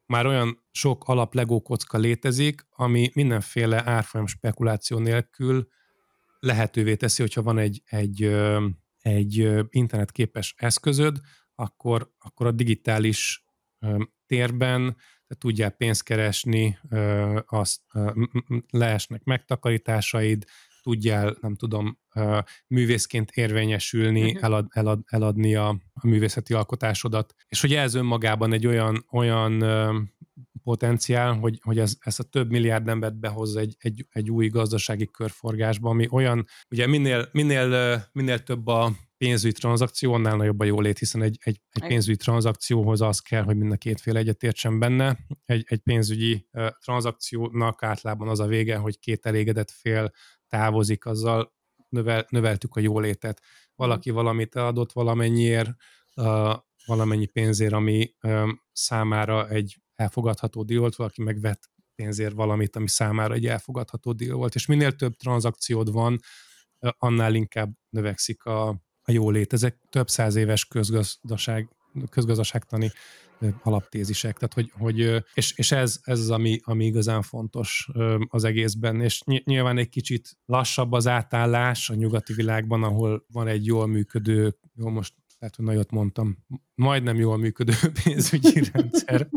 már olyan sok alap Lego kocka létezik, ami mindenféle árfolyam spekuláció nélkül lehetővé teszi, hogyha van egy, egy, egy internetképes eszközöd, akkor, akkor a digitális térben te tudjál pénzt keresni, azt leesnek megtakarításaid, tudjál, nem tudom, művészként érvényesülni, Uh-huh. elad, elad, eladni a, a művészeti alkotásodat. És hogy ez önmagában egy olyan, olyan potenciál, hogy, hogy ez, ezt a több milliárd embert behozza egy, egy, egy új gazdasági körforgásba, ami olyan, ugye minél, minél, minél több a pénzügyi tranzakció, annál nagyobb a jólét, hiszen egy, egy, egy pénzügyi tranzakcióhoz az kell, hogy mind a két fél egyetértsen benne. Egy, egy pénzügyi uh, tranzakciónak általában az a vége, hogy két elégedett fél távozik, azzal növel, növeltük a jólétet. Valaki valamit adott valamennyiért, uh, valamennyi pénzért, ami um, számára egy elfogadható díj volt, valaki megvett pénzért valamit, ami számára egy elfogadható díj volt, és minél több tranzakciód van, annál inkább növekszik a, a jólét. Ezek több száz éves közgazdaság, közgazdaságtani alaptézisek. Tehát, hogy, hogy, és, és ez, ez az, ami, ami igazán fontos az egészben, és nyilván egy kicsit lassabb az átállás a nyugati világban, ahol van egy jól működő, jó, most lehet, hogy nagyot mondtam, majdnem jól működő pénzügyi rendszer.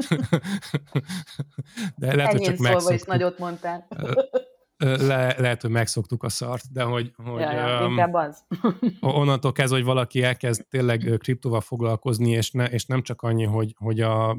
De lehet, hogy csak megszoktuk. Is nagyot mondtál. Le, lehet, hogy megszoktuk a szart, de hogy, hogy ja, ja, um, inkább az. onnantól kezdve, hogy valaki elkezd tényleg kriptóval foglalkozni, és, ne, és nem csak annyi, hogy, hogy a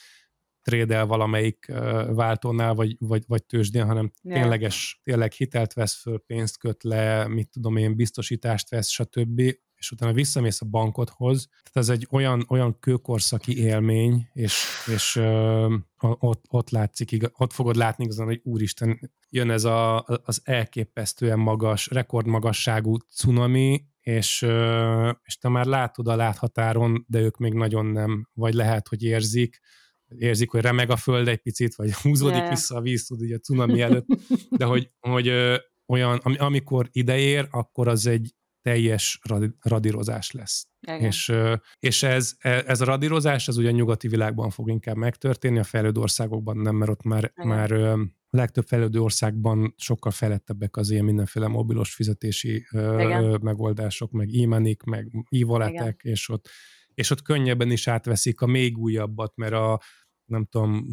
trédel valamelyik váltónál, vagy, vagy, vagy tőzsdén, hanem yeah. tényleges, tényleg hitelt vesz föl, pénzt köt le, mit tudom én, biztosítást vesz, stb., és utána visszamész a bankodhoz. Tehát ez egy olyan, olyan kőkorszaki élmény, és, és ö, ott, ott látszik, ott fogod látni igazán, hogy úristen, jön ez a, az elképesztően magas, rekordmagasságú cunami, és, ö, és te már látod a láthatáron, de ők még nagyon nem, vagy lehet, hogy érzik, érzik, hogy remeg a föld egy picit, vagy húzódik yeah. vissza a víz, tud, ugye a cunami előtt, de hogy, hogy ö, olyan, amikor ideér, akkor az egy teljes radírozás lesz. És, és ez, ez a radírozás, ez ugye a nyugati világban fog inkább megtörténni, a fejlődő országokban nem, mert ott már, már a legtöbb fejlődő országban sokkal fejlettebbek az ilyen mindenféle mobilos fizetési Igen. megoldások, meg e-manik, meg e-walletek, és ott, és ott könnyebben is átveszik a még újabbat, mert a nem tudom,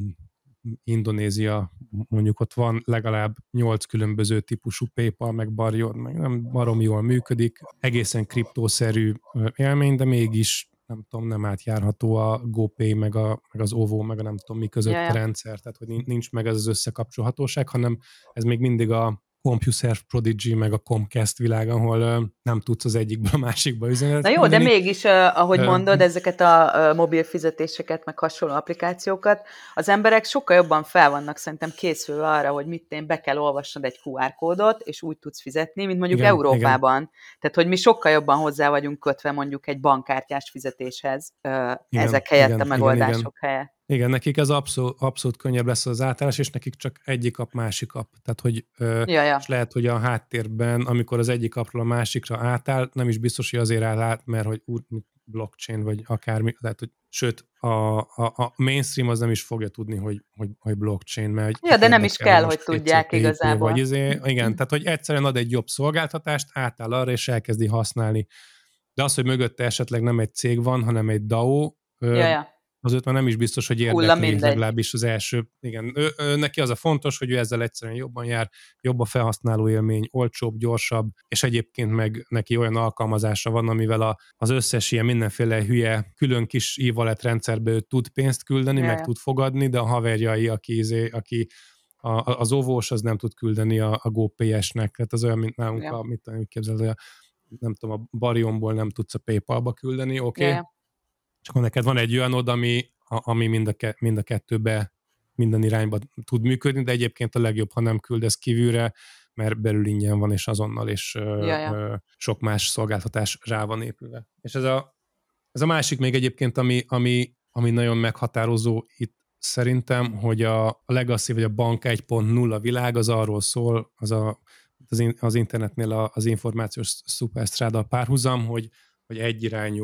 Indonézia, mondjuk ott van legalább nyolc különböző típusú PayPal, meg Baryon, meg nem baromi jól működik, egészen kriptószerű élmény, de mégis nem tudom, nem átjárható a GoPay, meg, a, meg az o vé o, meg a nem tudom mi között yeah. a rendszer, tehát hogy nincs meg ez az összekapcsolhatóság, hanem ez még mindig a CompuServe Prodigy, meg a Comcast világ, ahol uh, nem tudsz az egyikből a másikba üzenet. Na jó, de mégis, uh, ahogy mondod, ezeket a uh, mobil fizetéseket, meg hasonló applikációkat, az emberek sokkal jobban fel vannak szerintem készülve arra, hogy mit én be kell olvasnod egy kú ár kódot, és úgy tudsz fizetni, mint mondjuk igen, Európában. Igen. Tehát, hogy mi sokkal jobban hozzá vagyunk kötve mondjuk egy bankkártyás fizetéshez, uh, igen, ezek helyett igen, a megoldások igen, igen. helyett. Igen, nekik ez abszolút, abszolút könnyebb lesz az átállás, és nekik csak egyik kap, másik kap. Tehát, hogy ja, ja. és lehet, hogy a háttérben, amikor az egyik kapról a másikra átáll, nem is biztos, hogy azért áll át, mert hogy úgy blockchain, vagy akármi, lehet, hogy sőt, a, a, a mainstream az nem is fogja tudni, hogy, hogy, hogy blockchain, mert ja, de nem is kell, hogy tudják igazából. Vagy izé, igen, tehát, hogy egyszerűen ad egy jobb szolgáltatást, átáll arra, és elkezdi használni. De az, hogy mögötte esetleg nem egy cég van, hanem egy dá ó, ja, ja. azért már nem is biztos, hogy érdekli, legalábbis az első. Igen, ő, ő, neki az a fontos, hogy ő ezzel egyszerűen jobban jár, jobb a felhasználó élmény, olcsóbb, gyorsabb, és egyébként meg neki olyan alkalmazása van, amivel a, az összes ilyen mindenféle hülye, külön kis e-wallet rendszerbe ő tud pénzt küldeni, yeah. meg tud fogadni, de a haverjai, aki, aki a, az o vé o-s, az nem tud küldeni a, a GoPay-esnek, tehát az olyan, mint nálunk, yeah. a, mit tudom, képzeled, a, nem tudom, a Baryonból nem tudsz a PayPal-ba küldeni, oké? Okay? Yeah. És akkor neked van egy olyan oda, ami, ami mind, a ke, mind a kettőbe, minden irányba tud működni, de egyébként a legjobb, ha nem küldesz kívülre, mert belül ingyen van, és azonnal, és ja, ja. Ö, sok más szolgáltatás rá van épülve. És ez a, ez a másik még egyébként, ami, ami, ami nagyon meghatározó itt szerintem, hogy a Legacy vagy a Bank egy pont nulla világ az arról szól, az a, az, in, az internetnél az információs szupersztráda párhuzam, hogy, hogy egyirányú.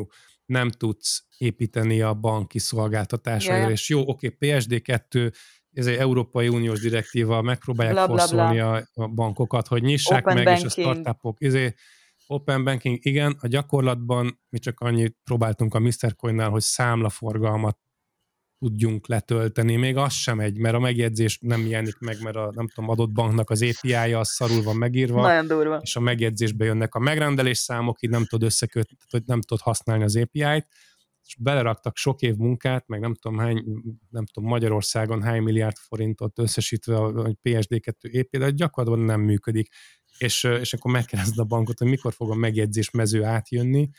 nem tudsz építeni a banki szolgáltatásaira, yeah. és jó, oké, okay, pé es dé kettő, ez egy Európai Uniós direktíva, megpróbálják bla, bla, forszolni bla. A, a bankokat, hogy nyissák Open meg, banking. és a startupok, izé, open banking, igen, a gyakorlatban mi csak annyit próbáltunk a miszter Coinnál, hogy számlaforgalmat tudjunk letölteni, még az sem egy, mert a megjegyzés nem jelenik meg, mert a nem tudom, adott banknak az á pé í-ja az szarul van megírva, nagyon durva. És a megjegyzésbe jönnek a megrendelés számok, így nem tudod összekötni, hogy nem tudod használni az á pé í-t, és beleraktak sok év munkát, meg nem tudom hány, nem tudom Magyarországon hány milliárd forintot összesítve a pé es dé kettő á pé, de gyakorlatban nem működik. És, és akkor megkérdezed a bankot, hogy mikor fog a megjegyzés mező átjönni,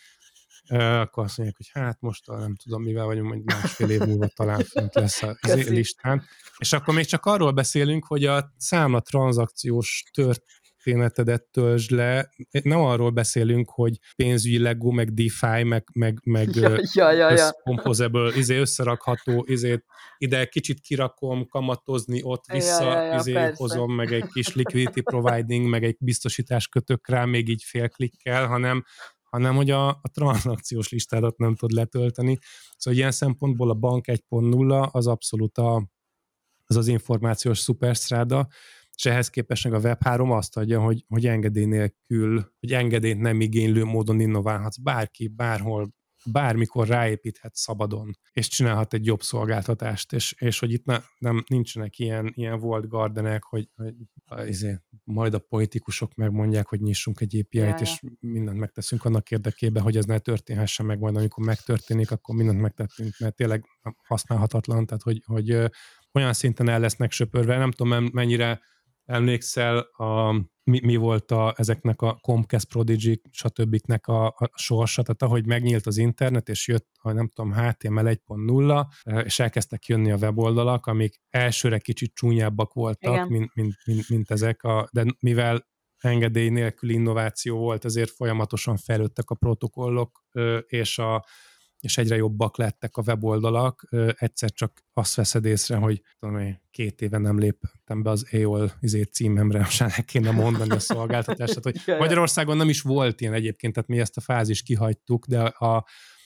akkor azt mondják, hogy hát most nem tudom, mivel vagyunk, hogy másfél év múlva talán fönt lesz a listán. És akkor még csak arról beszélünk, hogy a számla tranzakciós történetedet töltsd le. Nem arról beszélünk, hogy pénzügyi Lego, meg DeFi, meg, meg, meg ja, ja, ja, ja. composable, izé összerakható, izé ide kicsit kirakom, kamatozni, ott vissza, ja, ja, ja, izé hozom, meg egy kis liquidity providing, meg egy biztosítás kötök rá, még így fél klikkel, hanem hanem hogy a, a tranzakciós listádat nem tud letölteni. Szóval ilyen szempontból a bank egy pont nulla az abszolút a, az az információs szupersztráda, és ehhez képest meg a web három azt adja, hogy, hogy engedély nélkül, hogy engedélyt nem igénylő módon innoválhatsz. Bárki, bárhol, bármikor ráépíthet szabadon, és csinálhat egy jobb szolgáltatást, és, és hogy itt ne, nem, nincsenek ilyen, ilyen volt gardenek, hogy, hogy azért, majd a politikusok megmondják, hogy nyissunk egy á pé í-t, ja, és ja. mindent megteszünk annak érdekében, hogy ez ne történhessen meg, majd amikor megtörténik, akkor mindent megtettünk, mert tényleg használhatatlan, tehát hogy, hogy olyan szinten el lesznek söpörve, nem tudom mennyire emlékszel, a, mi, mi volt a, ezeknek a Comcast, Prodigy, stb. A, a sorsa, tehát ahogy megnyílt az internet, és jött a nem tudom, há té em el egy pont nulla, és elkezdtek jönni a weboldalak, amik elsőre kicsit csúnyábbak voltak, mint, mint, mint, mint ezek, a, de mivel engedély nélkül innováció volt, ezért folyamatosan fejlődtek a protokollok, és a és egyre jobbak lettek a weboldalak. Egyszer csak azt veszed észre, hogy tudom, két éve nem léptem be az á o el izé címemre, most el kéne mondani a szolgáltatást. Tehát, hogy Magyarországon nem is volt ilyen egyébként, tehát mi ezt a fázist kihagytuk, de a,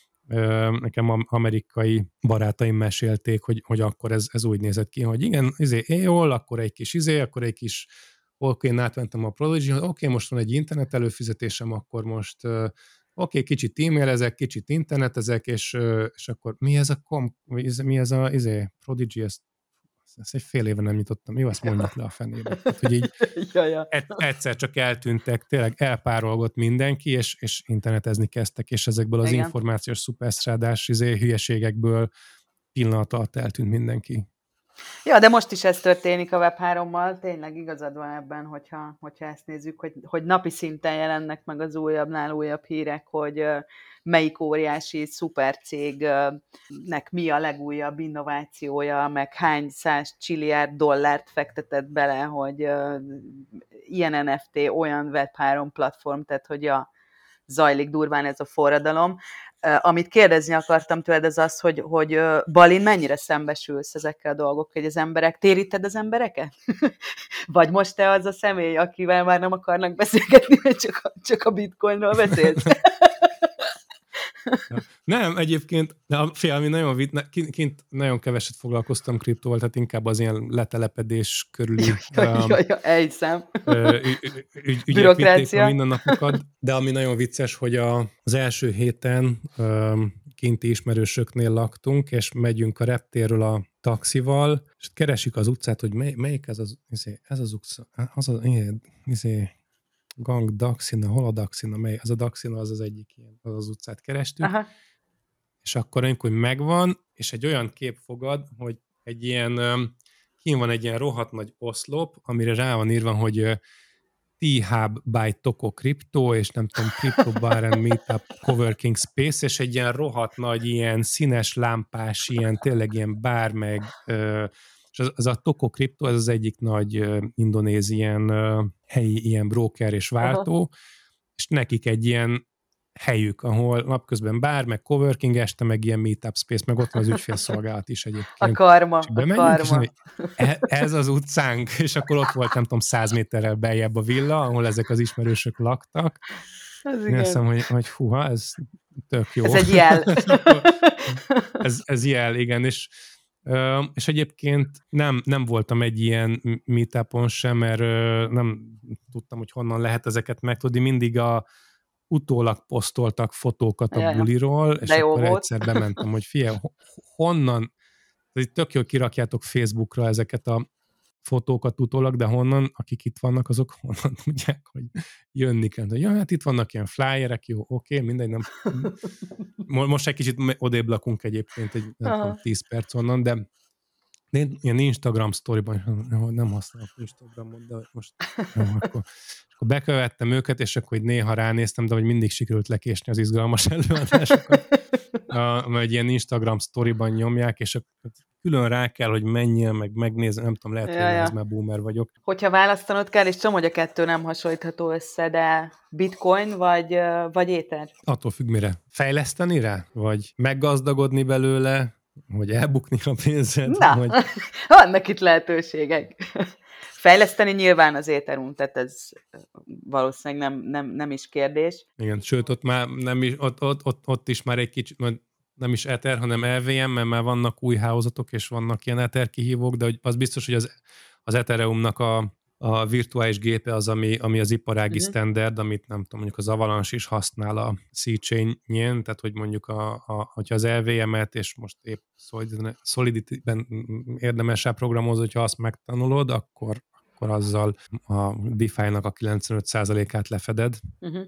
nekem a amerikai barátaim mesélték, hogy, hogy akkor ez, ez úgy nézett ki, hogy igen, izé á o el, akkor egy kis izé, akkor egy kis oké, én átmentem a Prodigy, oké, okay, most van egy internet előfizetésem, akkor most oké, okay, kicsit e-mailezek, kicsit internetezek, és, és akkor mi ez a com, mi ez a izé, Prodigy, ezt, ezt egy fél éve nem nyitottam, jó, ezt mondjuk le a fenébe. Tehát, hogy így ja, ja. egyszer csak eltűntek, tényleg elpárolgott mindenki, és, és internetezni kezdtek, és ezekből az igen. információs szuperszrádás izé, hülyeségekből pillanat alatt eltűnt mindenki. Ja, de most is ez történik a web hárommal, tényleg igazad van ebben, hogyha, hogyha ezt nézzük, hogy, hogy napi szinten jelennek meg az újabbnál újabb hírek, hogy uh, melyik óriási szupercégnek mi a legújabb innovációja, meg hány száz csilliárd dollárt fektetett bele, hogy uh, ilyen en ef té, olyan web három platform, tehát hogy ja, zajlik durván ez a forradalom. Uh, amit kérdezni akartam tőled, az az, hogy, hogy uh, Balin, mennyire szembesülsz ezekkel a dolgokkal, hogy az emberek, téríted az embereket? Vagy most te az a személy, akivel már nem akarnak beszélgetni, mert csak a, csak a bitcoinról beszélsz? Nem, egyébként, fél, ami nagyon vit, kint nagyon keveset foglalkoztam kriptóval, tehát inkább az ilyen letelepedés körüli ja, ja, ja, egyszem. ügy, ügyek vitték a mindennapokat, de ami nagyon vicces, hogy a, az első héten um, kinti ismerősöknél laktunk, és megyünk a reptérről a taxival, és keresik az utcát, hogy mely, melyik ez az, ez az utca, az az, izé, Gang, Daxina, hol a Daxina, mely? Az a Daxina az az egyik ilyen, az az utcát kerestük. Aha. És akkor amikor megvan, és egy olyan kép fogad, hogy egy ilyen, kín van egy ilyen rohadt nagy oszlop, amire rá van írva, hogy T-Hub by Toko Crypto, és nem tudom, Crypto Bar and Meetup Coworking Space, és egy ilyen rohadt nagy, ilyen színes lámpás, ilyen tényleg ilyen bár meg, és az, az a Toko Crypto, ez az egyik nagy uh, indonéz ilyen uh, helyi ilyen broker és váltó, aha. és nekik egy ilyen helyük, ahol napközben bár, meg coworking este, meg ilyen meetup space, meg ott van az ügyfélszolgálat is egyébként. A karma, a karma. És mondjuk, ez az utcánk, és akkor ott volt, nem tudom, száz méterrel beljebb a villa, ahol ezek az ismerősök laktak, Az Én azt igen. hiszem, hogy, hogy húha, ez tök jó. Ez egy jel. ez, ez jel, igen, és, és egyébként nem, nem voltam egy ilyen meetupon sem, mert nem tudtam, hogy honnan lehet ezeket megtudni. Mindig a utólag posztoltak fotókat a Ja, ja. buliról, és De jó akkor volt. egyszer bementem, hogy figyelj, honnan, tök jó kirakjátok Facebookra ezeket a fotókat utólag, de honnan, akik itt vannak, azok honnan tudják, hogy jönni kell. De, ja, hát itt vannak ilyen flyerek, jó, oké, mindegy, nem. Most egy kicsit odébb lakunk egyébként, egy nem tudom, tíz perc onnan, de én ilyen Instagram sztoriban nem használok Instagramot, de most jó, akkor, akkor bekövettem őket, és akkor így néha ránéztem, de hogy mindig sikerült lekésni az izgalmas előadásokat, mert egy ilyen Instagram sztoriban nyomják, és akkor külön rá kell, hogy menjen, meg megnézni, nem tudom, lehet, ja, hogy ja. ez már boomer vagyok. Hogyha választanod kell, és tudom, hogy a kettő nem hasonlítható össze, de bitcoin vagy, vagy éter? Attól függ mire. Fejleszteni rá? Vagy meggazdagodni belőle? Vagy elbukni a pénzed? Na, vagy... vannak itt lehetőségek. Fejleszteni nyilván az Ethereum, tehát ez valószínűleg nem, nem, nem is kérdés. Igen, sőt, ott már nem is, ott, ott, ott, ott is már egy kicsit, nem is Ether, hanem el vé em, mert már vannak új hálózatok, és vannak ilyen Ether kihívók, de az biztos, hogy az, az Ethereumnak a, a virtuális gépe az, ami, ami az iparági uh-huh. standard, amit nem tudom, mondjuk az Avalanche is használ a C-chain-jén, tehát hogy mondjuk a, a, hogyha az el vé em-et, és most épp Solidity-ben érdemes elprogramozni, hogyha azt megtanulod, akkor, akkor azzal a DeFi-nak a kilencvenöt százalékát lefeded. Uh-huh.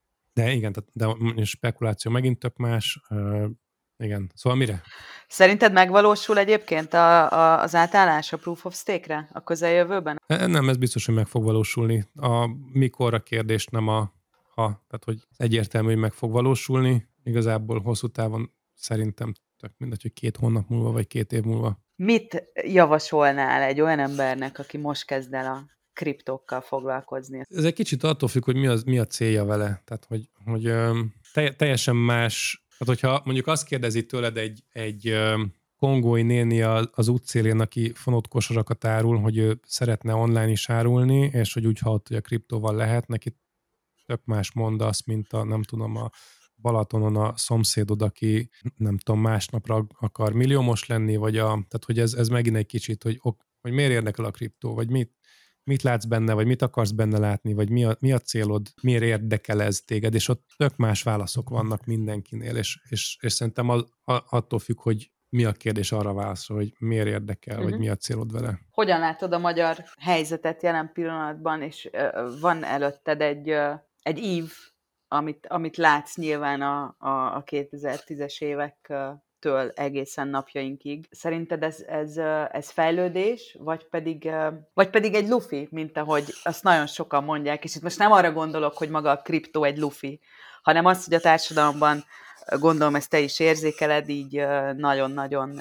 De igen, de a spekuláció megint tök más. Uh, igen, szóval mire? Szerinted megvalósul egyébként a, a, az átállás a Proof of Stake-re a közeljövőben? Nem, ez biztos, hogy meg fog valósulni. A mikor a kérdés, nem a ha. Tehát, hogy egyértelmű, hogy meg fog valósulni. Igazából hosszú távon szerintem tök mindegy, hogy két hónap múlva, vagy két év múlva. Mit javasolnál egy olyan embernek, aki most kezd el a kriptókkal foglalkozni? Ez egy kicsit attól függ, hogy mi, az, mi a célja vele. Tehát, hogy, hogy te, teljesen más. Tehát, hogyha mondjuk azt kérdezi tőled egy, egy kongói néni az útszélén, aki fonott kosarakat árul, hogy ő szeretne online is árulni, és hogy úgy hallott, hogy a kriptóval lehet, neki tök más mondasz, mint a, nem tudom, a Balatonon a szomszédod, aki nem tudom, másnapra akar milliómos lenni, vagy a, tehát hogy ez, ez megint egy kicsit, hogy, hogy miért érdekel a kriptó, vagy mit, mit látsz benne, vagy mit akarsz benne látni, vagy mi a, mi a célod, miért érdekel ez téged, és ott tök más válaszok vannak mindenkinél, és, és, és szerintem az, a, attól függ, hogy mi a kérdés, arra válaszol, hogy miért érdekel, uh-huh. vagy mi a célod vele. Hogyan látod a magyar helyzetet jelen pillanatban, és uh, van előtted egy, uh, egy ív, amit, amit látsz nyilván a, a, a kétezer-tízes évektől egészen napjainkig. Szerinted ez, ez, ez fejlődés, vagy pedig, vagy pedig egy lufi, mint ahogy azt nagyon sokan mondják, és itt most nem arra gondolok, hogy maga a kriptó egy lufi, hanem azt, hogy a társadalomban, gondolom ezt te is érzékeled, így nagyon-nagyon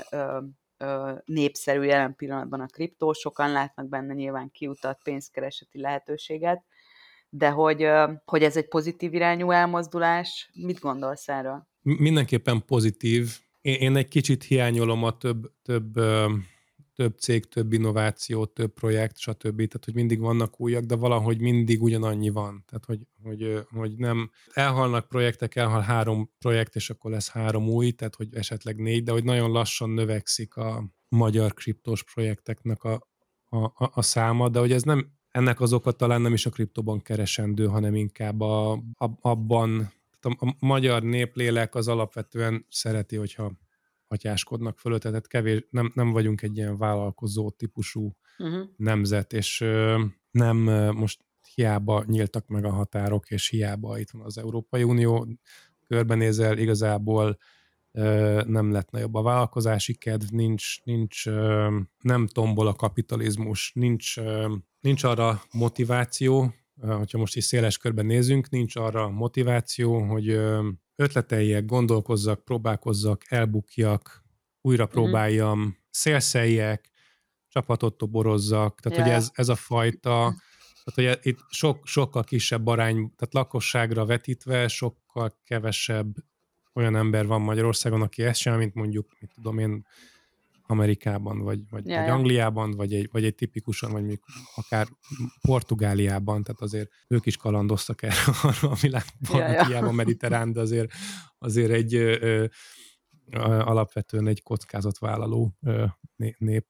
népszerű jelen pillanatban a kriptó, sokan látnak benne nyilván kiutat, pénzkereseti lehetőséget, de hogy, hogy ez egy pozitív irányú elmozdulás, mit gondolsz erről? Mindenképpen pozitív. Én egy kicsit hiányolom a több, több, több cég, több innováció, több projekt, stb. Tehát, hogy mindig vannak újak, de valahogy mindig ugyanannyi van. Tehát, hogy, hogy, hogy nem elhalnak projektek, elhal három projekt, és akkor lesz három új, tehát, hogy esetleg négy, de hogy nagyon lassan növekszik a magyar kriptós projekteknek a, a, a száma, de hogy ez nem ennek az oka talán nem is a kriptóban keresendő, hanem inkább a, a, abban, a, a magyar néplélek az alapvetően szereti, hogyha hatyáskodnak fölött, tehát kevés, nem, nem vagyunk egy ilyen vállalkozó típusú uh-huh. nemzet, és ö, nem most hiába nyíltak meg a határok, és hiába itt van az Európai Unió, körbenézel, igazából ö, nem lett nagyobb a vállalkozási kedv, nincs, nincs ö, nem tombol a kapitalizmus, nincs ö, Nincs arra motiváció, hogyha most is széles körben nézünk, nincs arra motiváció, hogy ötleteljek, gondolkozzak, próbálkozzak, elbukjak, újra próbáljam, uh-huh. szélszeljek, csapatot toborozzak. Tehát, yeah. hogy ez, ez a fajta, tehát, hogy itt sok, sokkal kisebb arány, tehát lakosságra vetítve sokkal kevesebb olyan ember van Magyarországon, aki ezt sem, mint mondjuk, mit tudom én, Amerikában, vagy, vagy, Ja, vagy ja. Angliában, vagy egy, vagy egy tipikusan, vagy még akár Portugáliában, tehát azért ők is kalandoztak erre a világban, Ja, ja. hiába mediterrán, de azért, azért egy ö, ö, alapvetően egy kockázatvállaló ö, nép,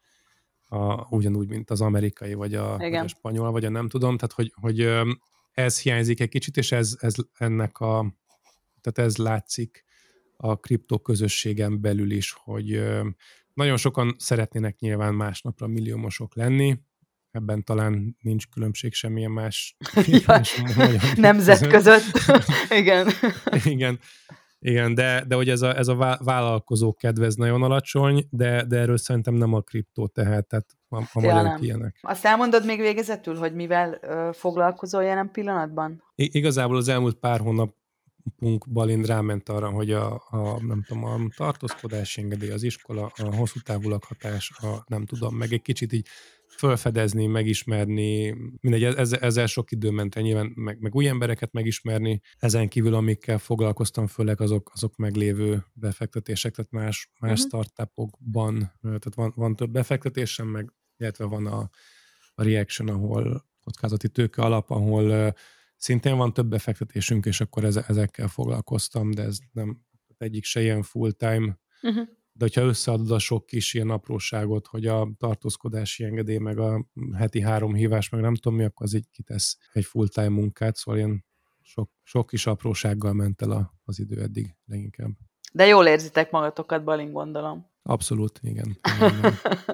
a, ugyanúgy, mint az amerikai, vagy a, vagy a spanyol, vagy a nem tudom, tehát hogy, hogy ö, ez hiányzik egy kicsit, és ez, ez ennek a, tehát ez látszik a kriptó közösségen belül is, hogy ö, nagyon sokan szeretnének nyilván másnapra milliómosok lenni, ebben talán nincs különbség semmilyen más ja, nemzet között. Igen. Igen. Igen, de, de hogy ez a, ez a vállalkozó kedvez nagyon alacsony, de, de erről szerintem nem a kriptó tehet, tehát a, a ja, magyarok nem. Ilyenek. Azt elmondod még végezetül, hogy mivel ö, foglalkozol jelen pillanatban? I- igazából az elmúlt pár hónapunk Balint ráment arra, hogy a, a nem tudom, a tartózkodási engedély, az iskola, a hosszú távú lakhatás, a nem tudom, meg egy kicsit így felfedezni, megismerni, mindegy, ezzel, ezzel sok idő ment el nyilván, meg, meg új embereket megismerni, ezen kívül, amikkel foglalkoztam, főleg azok, azok meglévő befektetések, tehát más, más uh-huh. startupokban, tehát van, van több befektetésem, meg illetve van a, a Reaction, ahol kockázati tőke alap, ahol uh, szintén van több befektetésünk, és akkor ezekkel foglalkoztam, de ez nem egyik se ilyen full-time, uh-huh. de hogyha összeadod a sok kis ilyen apróságot, hogy a tartózkodási engedély, meg a heti három hívás, meg nem tudom mi, akkor az így kitesz egy full-time munkát, szóval ilyen sok, sok kis aprósággal ment el a, az idő eddig leginkább. De jól érzitek magatokat, Balint, gondolom. Abszolút, igen. igen.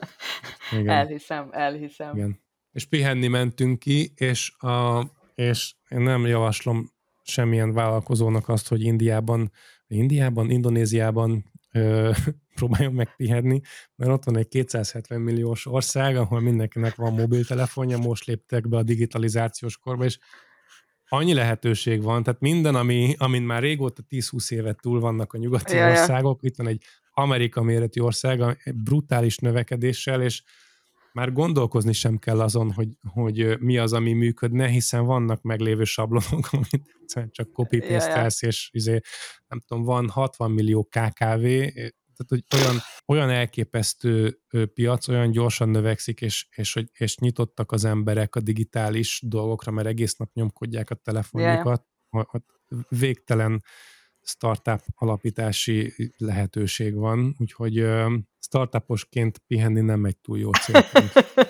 igen. Elhiszem, elhiszem. Igen. És pihenni mentünk ki, és, a, és én nem javaslom semmilyen vállalkozónak azt, hogy Indiában, Indiában, Indonéziában Ö, próbáljon megpihenni, mert ott van egy kétszázhetven milliós ország, ahol mindenkinek van mobiltelefonja, most léptek be a digitalizációs korba, és annyi lehetőség van, tehát minden, ami, amin már régóta tíz-húsz évet túl vannak a nyugati Jaja. országok, itt van egy Amerika méretű ország, egy brutális növekedéssel, és már gondolkozni sem kell azon, hogy, hogy mi az, ami működne, hiszen vannak meglévő sablonok, amit csak copy-paste-elsz, és izé, nem tudom, van hatvan millió ká ká vé, tehát hogy olyan, olyan elképesztő piac, olyan gyorsan növekszik, és, és, hogy, és nyitottak az emberek a digitális dolgokra, mert egész nap nyomkodják a telefonjukat, yeah. végtelen startup alapítási lehetőség van, úgyhogy uh, startuposként pihenni nem egy túl jó célpont.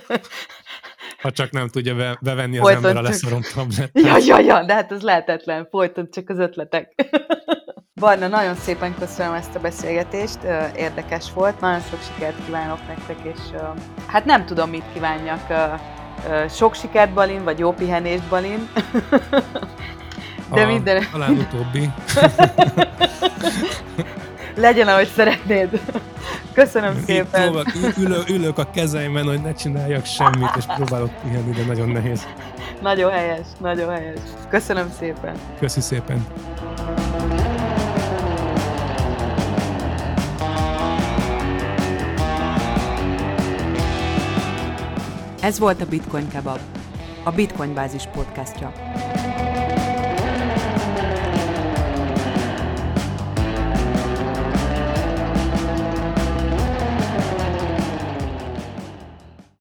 Ha csak nem tudja be, bevenni az Folyton ember a leszorom tablettát. Ja, ja, ja, de hát ez lehetetlen. Folyton csak az ötletek. Barna, nagyon szépen köszönöm ezt a beszélgetést, érdekes volt, nagyon sok sikert kívánok nektek, és hát nem tudom, mit kívánjak. Sok sikert, Balint, vagy jó pihenést, Balint. De a, minden... Talán utóbbi. Legyen, ahogy szeretnéd. Köszönöm szépen. Próbál, ülő, ülök a kezeimen, hogy ne csináljak semmit, és próbálok pihenni, de nagyon nehéz. Nagyon helyes, nagyon helyes. Köszönöm szépen. Köszi szépen. Ez volt a Bitcoin Kebab, a Bitcoin Bázis podcastja.